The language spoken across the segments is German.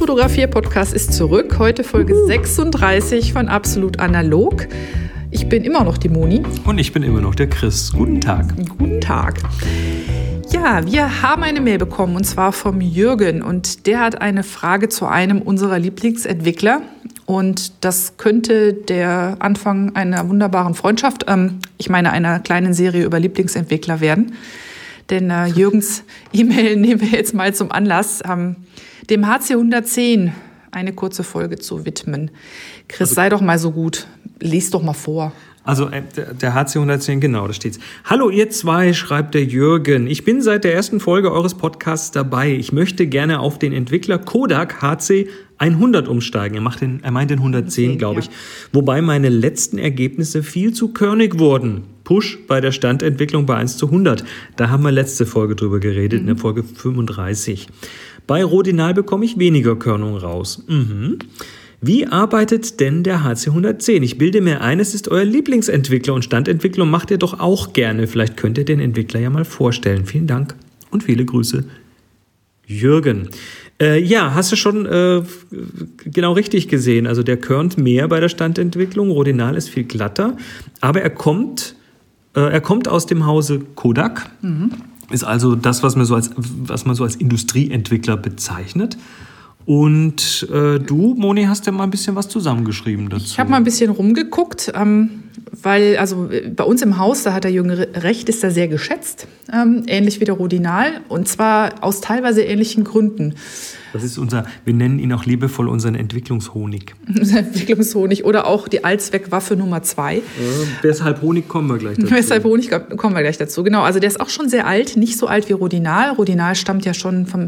Fotografier-Podcast ist zurück. Heute Folge 36 von Absolut Analog. Ich bin immer noch die Moni. Und ich bin immer noch der Chris. Guten Tag. Guten Tag. Ja, wir haben eine Mail bekommen, und zwar vom Jürgen. Und der hat eine Frage zu einem unserer Lieblingsentwickler. Und das könnte der Anfang einer wunderbaren Freundschaft, einer kleinen Serie über Lieblingsentwickler werden. Denn Jürgens E-Mail nehmen wir jetzt mal zum Anlass, dem HC 110 eine kurze Folge zu widmen. Chris, sei doch mal so gut, lies doch mal vor. Also der HC 110, genau, da steht's. Hallo ihr zwei, schreibt der Jürgen. Ich bin seit der ersten Folge eures Podcasts dabei. Ich möchte gerne auf den Entwickler Kodak HC 100 umsteigen. Er meint den 110, glaube ich. Ja. Wobei meine letzten Ergebnisse viel zu körnig wurden. Push bei der Standentwicklung bei 1:100. Da haben wir letzte Folge drüber geredet, in der Folge 35. Bei Rodinal bekomme ich weniger Körnung raus. Wie arbeitet denn der HC 110? Ich bilde mir ein, es ist euer Lieblingsentwickler und Standentwicklung macht ihr doch auch gerne. Vielleicht könnt ihr den Entwickler ja mal vorstellen. Vielen Dank und viele Grüße. Jürgen. Hast du schon genau richtig gesehen. Also der körnt mehr bei der Standentwicklung. Rodinal ist viel glatter. Aber er kommt aus dem Hause Kodak. Ist also das, was man so als Industrieentwickler bezeichnet. Und du, Moni, hast ja mal ein bisschen was zusammengeschrieben dazu. Ich habe mal ein bisschen rumgeguckt, weil bei uns im Haus, da hat der Jürgen recht, ist er sehr geschätzt, ähnlich wie der Rodinal, und zwar aus teilweise ähnlichen Gründen. Das ist wir nennen ihn auch liebevoll unseren Entwicklungshonig. Entwicklungshonig oder auch die Allzweckwaffe Nummer 2. Weshalb Honig kommen wir gleich dazu. Weshalb Honig kommen wir gleich dazu, genau. Also der ist auch schon sehr alt, nicht so alt wie Rodinal. Rodinal stammt ja schon vom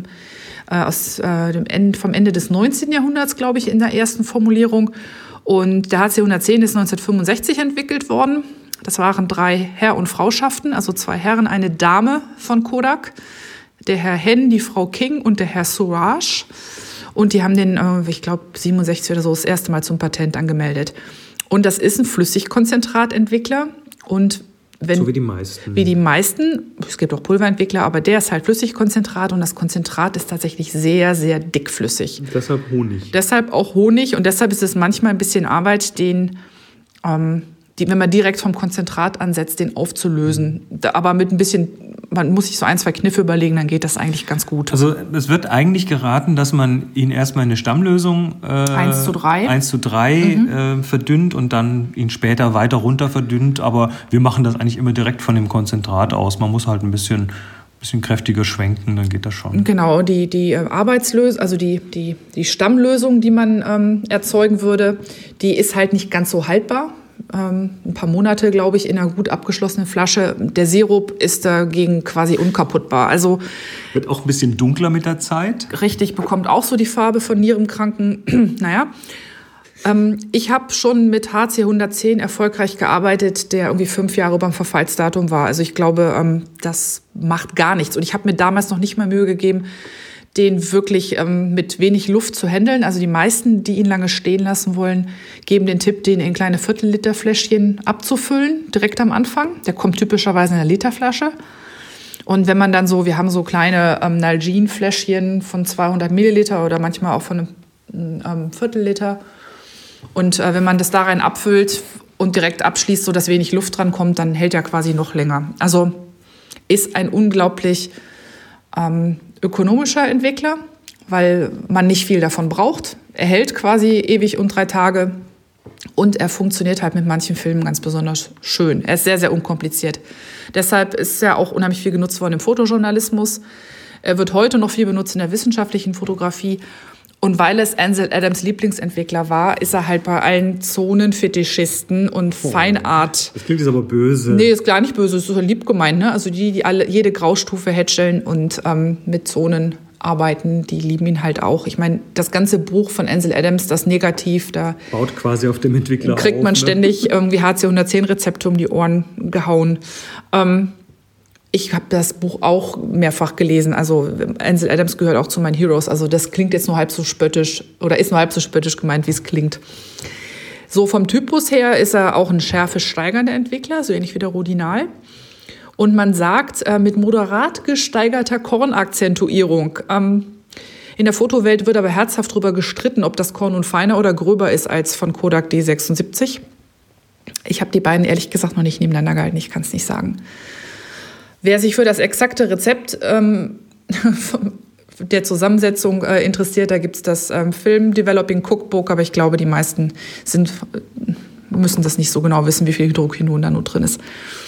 Ende des 19. Jahrhunderts, glaube ich, in der ersten Formulierung. Und der HC 110 ist 1965 entwickelt worden. Das waren 3 Herr- und Frauschaften, also 2 Herren, eine Dame von Kodak. Der Herr Henn, die Frau King und der Herr Suraj. Und die haben den, ich glaube, 67 oder so das erste Mal zum Patent angemeldet. Und das ist ein Flüssigkonzentratentwickler. Und so wie die meisten. Wie die meisten. Es gibt auch Pulverentwickler, aber der ist halt Flüssigkonzentrat und das Konzentrat ist tatsächlich sehr, sehr dickflüssig. Deshalb Honig. Deshalb auch Honig und deshalb ist es manchmal ein bisschen Arbeit, wenn man direkt vom Konzentrat ansetzt, den aufzulösen. Aber mit ein bisschen, man muss sich so 1, 2 Kniffe überlegen, dann geht das eigentlich ganz gut. Also es wird eigentlich geraten, dass man ihn erstmal in eine Stammlösung 1:3 verdünnt und dann ihn später weiter runter verdünnt. Aber wir machen das eigentlich immer direkt von dem Konzentrat aus. Man muss halt ein bisschen kräftiger schwenken, dann geht das schon. Genau, die Arbeitslösung, also die Stammlösung, die man erzeugen würde, die ist halt nicht ganz so haltbar. Ein paar Monate, glaube ich, in einer gut abgeschlossenen Flasche. Der Sirup ist dagegen quasi unkaputtbar. Also wird auch ein bisschen dunkler mit der Zeit. Richtig, bekommt auch so die Farbe von Nierenkranken. Ich habe schon mit HC 110 erfolgreich gearbeitet, der irgendwie 5 Jahre beim Verfallsdatum war. Also ich glaube, das macht gar nichts. Und ich habe mir damals noch nicht mal Mühe gegeben, den wirklich mit wenig Luft zu handeln. Also die meisten, die ihn lange stehen lassen wollen, geben den Tipp, den in kleine Viertel-Liter-Fläschchen abzufüllen, direkt am Anfang. Der kommt typischerweise in einer Literflasche. Und wenn man dann wir haben so kleine Nalgene-Fläschchen von 200 Milliliter oder manchmal auch von einem Viertel-Liter. Und wenn man das da rein abfüllt und direkt abschließt, sodass wenig Luft dran kommt, dann hält er quasi noch länger. Also ist ein unglaublich ökonomischer Entwickler, weil man nicht viel davon braucht. Er hält quasi ewig und 3 Tage und er funktioniert halt mit manchen Filmen ganz besonders schön. Er ist sehr, sehr unkompliziert. Deshalb ist er auch unheimlich viel genutzt worden im Fotojournalismus. Er wird heute noch viel benutzt in der wissenschaftlichen Fotografie. Und weil es Ansel Adams Lieblingsentwickler war, ist er halt bei allen Zonenfetischisten und Feinart. Das klingt jetzt aber böse. Nee, ist gar nicht böse, ist so lieb gemeint, ne? Also die jede Graustufe herstellen und mit Zonen arbeiten, die lieben ihn halt auch. Ich meine, das ganze Buch von Ansel Adams, das Negativ, da baut quasi auf dem Entwickler kriegt man ständig irgendwie HC 110 Rezepte um die Ohren gehauen. Ich habe das Buch auch mehrfach gelesen. Also Ansel Adams gehört auch zu meinen Heroes. Also das klingt jetzt nur halb so spöttisch oder ist nur halb so spöttisch gemeint, wie es klingt. So vom Typus her ist er auch ein schärfe steigernder Entwickler, so ähnlich wie der Rodinal. Und man sagt, mit moderat gesteigerter Kornakzentuierung. In der Fotowelt wird aber herzhaft darüber gestritten, ob das Korn nun feiner oder gröber ist als von Kodak D76. Ich habe die beiden ehrlich gesagt noch nicht nebeneinander gehalten, ich kann es nicht sagen. Wer sich für das exakte Rezept der Zusammensetzung interessiert, da gibt es das Film Developing Cookbook, aber ich glaube, die meisten müssen das nicht so genau wissen, wie viel Hydroquinon da nur drin ist.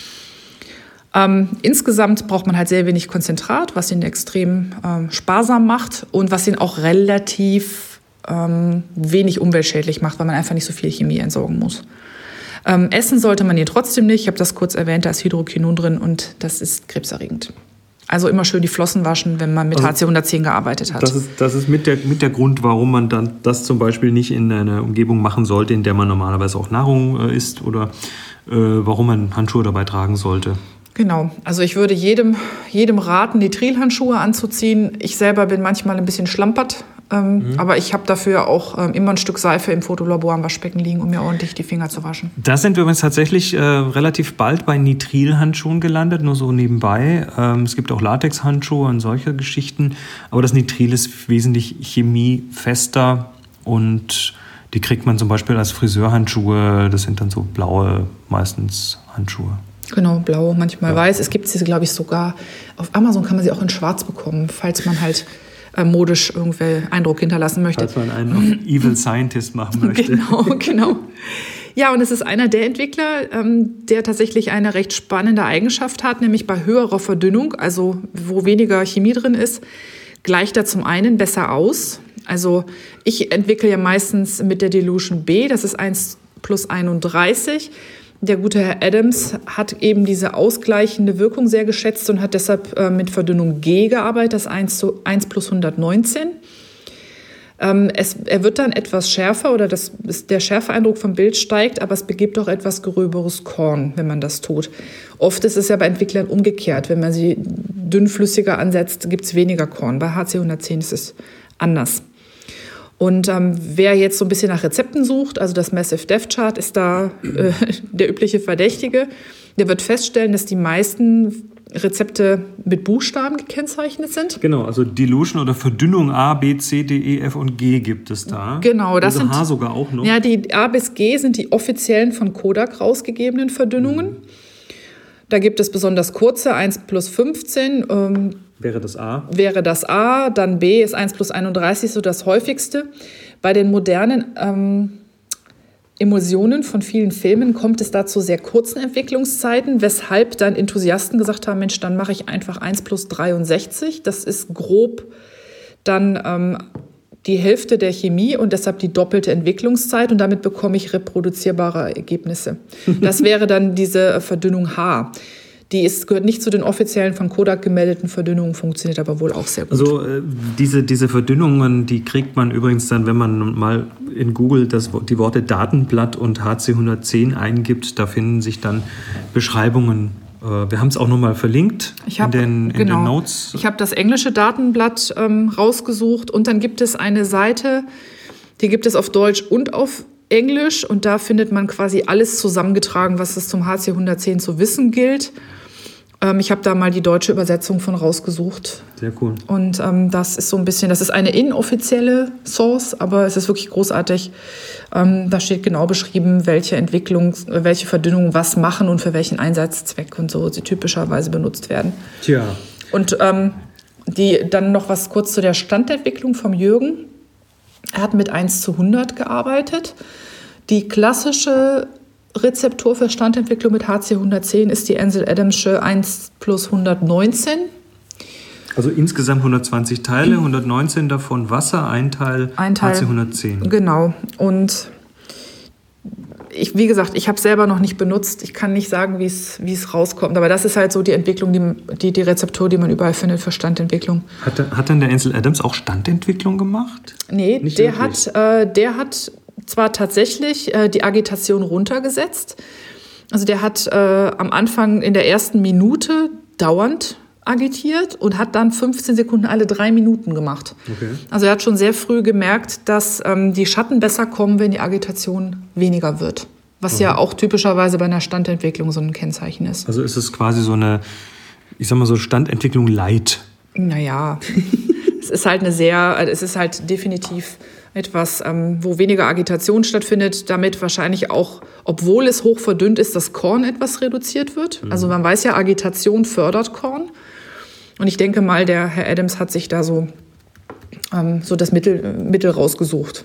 Insgesamt braucht man halt sehr wenig Konzentrat, was ihn extrem sparsam macht und was ihn auch relativ wenig umweltschädlich macht, weil man einfach nicht so viel Chemie entsorgen muss. Essen sollte man ihn trotzdem nicht. Ich habe das kurz erwähnt, da ist Hydroquinon drin und das ist krebserregend. Also immer schön die Flossen waschen, wenn man mit HC110 gearbeitet hat. Das ist mit der Grund, warum man dann das zum Beispiel nicht in einer Umgebung machen sollte, in der man normalerweise auch Nahrung isst oder warum man Handschuhe dabei tragen sollte. Genau, also ich würde jedem raten, Nitrilhandschuhe anzuziehen. Ich selber bin manchmal ein bisschen schlampert, aber ich habe dafür auch immer ein Stück Seife im Fotolabor am Waschbecken liegen, um mir ordentlich die Finger zu waschen. Da sind wir übrigens tatsächlich relativ bald bei Nitrilhandschuhen gelandet, nur so nebenbei. Es gibt auch Latexhandschuhe und solche Geschichten, aber das Nitril ist wesentlich chemiefester und die kriegt man zum Beispiel als Friseurhandschuhe. Das sind dann so blaue, meistens Handschuhe. Genau, blau, manchmal weiß. Es gibt sie, glaube ich, sogar auf Amazon kann man sie auch in schwarz bekommen, falls man halt modisch irgendwie Eindruck hinterlassen möchte. Falls man einen Evil Scientist machen möchte. Genau. Ja, und es ist einer der Entwickler, der tatsächlich eine recht spannende Eigenschaft hat, nämlich bei höherer Verdünnung, also wo weniger Chemie drin ist, gleicht er zum einen besser aus. Also ich entwickle ja meistens mit der Dilution B, das ist 1+31. Der gute Herr Adams hat eben diese ausgleichende Wirkung sehr geschätzt und hat deshalb mit Verdünnung G gearbeitet, das 1+119. Er wird dann etwas schärfer oder der Schärfeeindruck vom Bild steigt, aber es begibt auch etwas gröberes Korn, wenn man das tut. Oft ist es ja bei Entwicklern umgekehrt. Wenn man sie dünnflüssiger ansetzt, gibt es weniger Korn. Bei HC110 ist es anders. Und wer jetzt so ein bisschen nach Rezepten sucht, also das Massive Depth Chart ist da der übliche Verdächtige, der wird feststellen, dass die meisten Rezepte mit Buchstaben gekennzeichnet sind. Genau, also Dilution oder Verdünnung A, B, C, D, E, F und G gibt es da. Genau, das sind H sogar auch noch. Ja, die A bis G sind die offiziellen von Kodak rausgegebenen Verdünnungen. Da gibt es besonders kurze, 1+15. Wäre das A? Wäre das A, dann B ist 1+31 so das häufigste. Bei den modernen Emulsionen von vielen Filmen kommt es da zu sehr kurzen Entwicklungszeiten, weshalb dann Enthusiasten gesagt haben, Mensch, dann mache ich einfach 1+63. Das ist grob dann die Hälfte der Chemie und deshalb die doppelte Entwicklungszeit und damit bekomme ich reproduzierbare Ergebnisse. Das wäre dann diese Verdünnung H. Gehört nicht zu den offiziellen von Kodak gemeldeten Verdünnungen, funktioniert aber wohl auch sehr gut. Also diese Verdünnungen, die kriegt man übrigens dann, wenn man mal in Google die Worte Datenblatt und HC110 eingibt, da finden sich dann Beschreibungen. Wir haben es auch nochmal verlinkt in den Notes. Ich habe das englische Datenblatt rausgesucht und dann gibt es eine Seite, die gibt es auf Deutsch und auf Englisch und da findet man quasi alles zusammengetragen, was es zum HC110 zu wissen gilt. Ich habe da mal die deutsche Übersetzung von rausgesucht. Sehr cool. Und das ist so ein bisschen, das ist eine inoffizielle Source, aber es ist wirklich großartig. Da steht genau beschrieben, welche Verdünnungen was machen und für welchen Einsatzzweck und so sie typischerweise benutzt werden. Tja. Und dann noch was kurz zu der Standentwicklung vom Jürgen. Er hat mit 1:100 gearbeitet. Die klassische Rezeptur für Standentwicklung mit HC110 ist die Ansel Adamsche 1+119. Also insgesamt 120 Teile, 119 davon Wasser, ein Teil HC110. Genau. Und wie gesagt, ich habe es selber noch nicht benutzt. Ich kann nicht sagen, wie es rauskommt. Aber das ist halt so die Entwicklung, die Rezeptur, die man überall findet für Standentwicklung. Hat dann der Ansel Adams auch Standentwicklung gemacht? Nee, der hat zwar tatsächlich die Agitation runtergesetzt. Also der hat am Anfang in der ersten Minute dauernd agitiert und hat dann 15 Sekunden alle 3 Minuten gemacht. Okay. Also er hat schon sehr früh gemerkt, dass die Schatten besser kommen, wenn die Agitation weniger wird. Was ja auch typischerweise bei einer Standentwicklung so ein Kennzeichen ist. Also ist es quasi so eine, ich sag mal so Standentwicklung light. Naja, es ist halt definitiv etwas, wo weniger Agitation stattfindet, damit wahrscheinlich auch, obwohl es hoch verdünnt ist, das Korn etwas reduziert wird. Also man weiß ja, Agitation fördert Korn. Und ich denke mal, der Herr Adams hat sich da so das Mittel rausgesucht.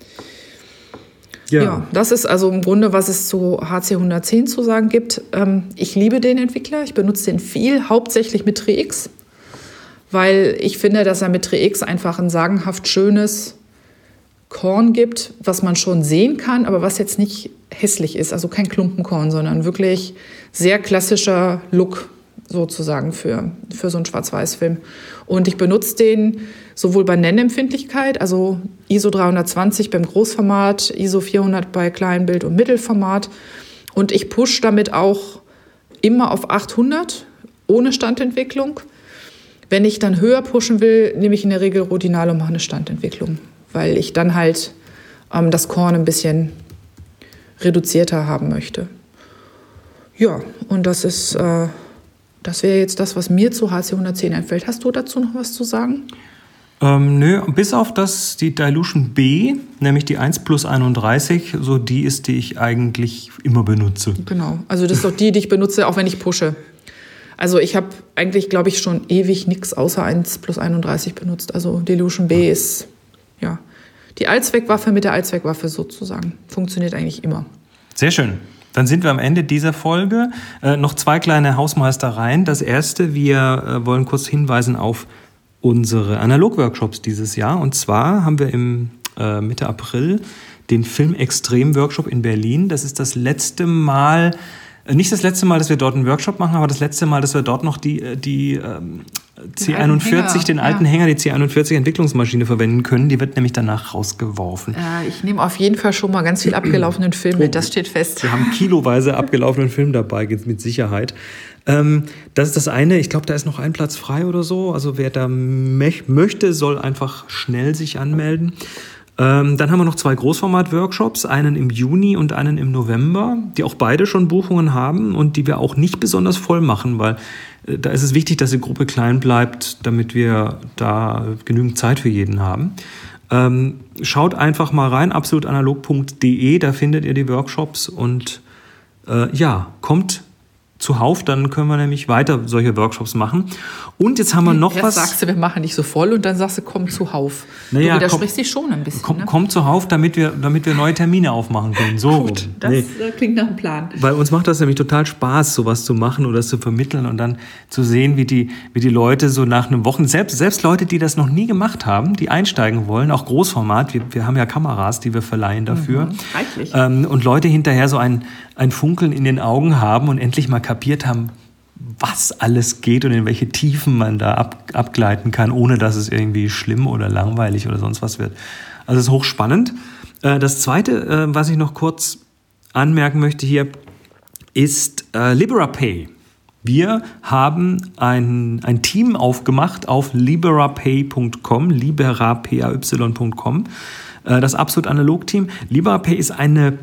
Ja, das ist also im Grunde, was es zu HC 110 zu sagen gibt. Ich liebe den Entwickler, ich benutze den viel, hauptsächlich mit TreeX, weil ich finde, dass er mit TreeX einfach ein sagenhaft schönes Korn gibt, was man schon sehen kann, aber was jetzt nicht hässlich ist, also kein Klumpenkorn, sondern wirklich sehr klassischer Look sozusagen für so einen Schwarz-Weiß-Film. Und ich benutze den sowohl bei Nennempfindlichkeit, also ISO 320 beim Großformat, ISO 400 bei Kleinbild- und Mittelformat. Und ich pushe damit auch immer auf 800 ohne Standentwicklung. Wenn ich dann höher pushen will, nehme ich in der Regel Rodinal und mache eine Standentwicklung, weil ich dann halt das Korn ein bisschen reduzierter haben möchte. Ja, und das wäre jetzt das, was mir zu HC 110 einfällt. Hast du dazu noch was zu sagen? Nö, bis auf die Dilution B, nämlich die 1+31, so die ist, die ich eigentlich immer benutze. Genau, also das ist doch die ich benutze, auch wenn ich pushe. Also ich habe eigentlich, glaube ich, schon ewig nichts außer 1+31 benutzt. Also Dilution B ist, ja, die Allzweckwaffe mit der Allzweckwaffe sozusagen. Funktioniert eigentlich immer. Sehr schön. Dann sind wir am Ende dieser Folge. Noch 2 kleine Hausmeistereien. Das erste, wir wollen kurz hinweisen auf unsere Analog-Workshops dieses Jahr. Und zwar haben wir im Mitte April den Film-Extrem-Workshop in Berlin. Das ist das letzte Mal, nicht das letzte Mal, dass wir dort einen Workshop machen, aber das letzte Mal, dass wir dort noch die C41, den alten Hänger, die C41-Entwicklungsmaschine verwenden können. Die wird nämlich danach rausgeworfen. Ich nehme auf jeden Fall schon mal ganz viel abgelaufenen Film mit, das steht fest. Wir haben kiloweise abgelaufenen Film dabei, mit Sicherheit. Das ist das eine. Ich glaube, da ist noch ein Platz frei oder so. Also wer da möchte, soll einfach schnell sich anmelden. Dann haben wir noch 2 Großformat-Workshops, einen im Juni und einen im November, die auch beide schon Buchungen haben und die wir auch nicht besonders voll machen, weil da ist es wichtig, dass die Gruppe klein bleibt, damit wir da genügend Zeit für jeden haben. Schaut einfach mal rein, absolutanalog.de, da findet ihr die Workshops und kommt zuhauf, dann können wir nämlich weiter solche Workshops machen. Und jetzt haben wir noch was. Erst sagst du, wir machen nicht so voll und dann sagst du, komm zuhauf. Naja, du widersprichst dich schon ein bisschen. Komm zuhauf, damit wir neue Termine aufmachen können. So. Gut, das klingt nach einem Plan. Weil uns macht das nämlich total Spaß, sowas zu machen oder zu vermitteln und dann zu sehen, wie die Leute so nach einem Wochen, selbst Leute, die das noch nie gemacht haben, die einsteigen wollen, auch Großformat, wir haben ja Kameras, die wir verleihen dafür. Reichlich. Und Leute hinterher so ein Funkeln in den Augen haben und endlich mal kapiert haben, was alles geht und in welche Tiefen man da abgleiten kann, ohne dass es irgendwie schlimm oder langweilig oder sonst was wird. Also es ist hochspannend. Das Zweite, was ich noch kurz anmerken möchte hier, ist LiberaPay. Wir haben ein Team aufgemacht auf liberapay.com, liberapay.com, das Absolut Analog Team. LiberaPay ist eine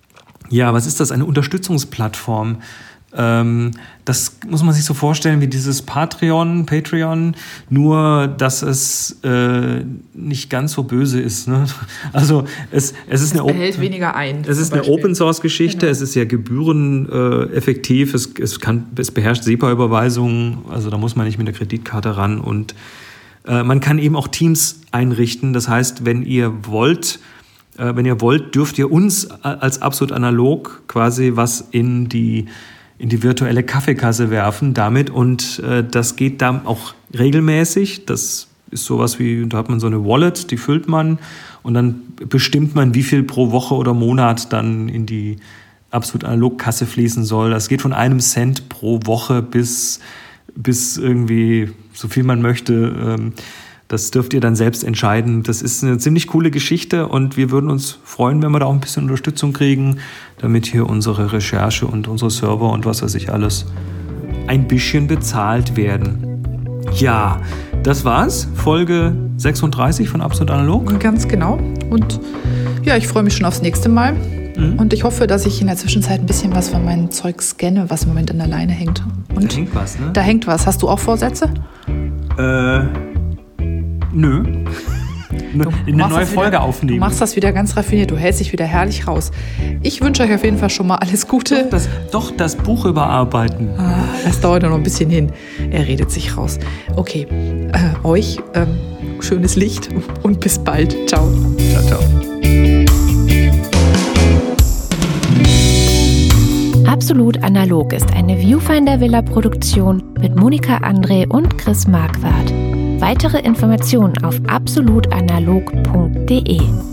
Unterstützungsplattform. Das muss man sich so vorstellen wie dieses Patreon, nur dass es nicht ganz so böse ist. Ne? Also es behält weniger ein. Es ist eine Open-Source-Geschichte, genau. Es ist ja gebühreneffektiv, es beherrscht SEPA-Überweisungen, also da muss man nicht mit der Kreditkarte ran und man kann eben auch Teams einrichten. Das heißt, wenn ihr wollt, dürft ihr uns als Absolut Analog quasi was in die virtuelle Kaffeekasse werfen damit und das geht dann auch regelmäßig. Das ist sowas wie, da hat man so eine Wallet, die füllt man und dann bestimmt man, wie viel pro Woche oder Monat dann in die Absolut Analog Kasse fließen soll. Das geht von 1 Cent pro Woche bis irgendwie so viel man möchte. Das dürft ihr dann selbst entscheiden. Das ist eine ziemlich coole Geschichte und wir würden uns freuen, wenn wir da auch ein bisschen Unterstützung kriegen, damit hier unsere Recherche und unsere Server und was weiß ich alles ein bisschen bezahlt werden. Ja, das war's. Folge 36 von Absolut Analog. Ganz genau. Und ja, ich freue mich schon aufs nächste Mal. Und ich hoffe, dass ich in der Zwischenzeit ein bisschen was von meinem Zeug scanne, was im Moment an der Leine hängt. Und da hängt was, ne? Da hängt was. Hast du auch Vorsätze? Nö, Nö. Eine neue Folge aufnehmen. Du machst das wieder ganz raffiniert, du hältst dich wieder herrlich raus. Ich wünsche euch auf jeden Fall schon mal alles Gute. Das Buch überarbeiten. Das dauert noch ein bisschen hin. Er redet sich raus. Okay, euch schönes Licht und bis bald. Ciao. Ciao, ciao. Absolut analog ist eine Viewfinder-Villa-Produktion mit Monika André und Chris Marquardt. Weitere Informationen auf absolutanalog.de.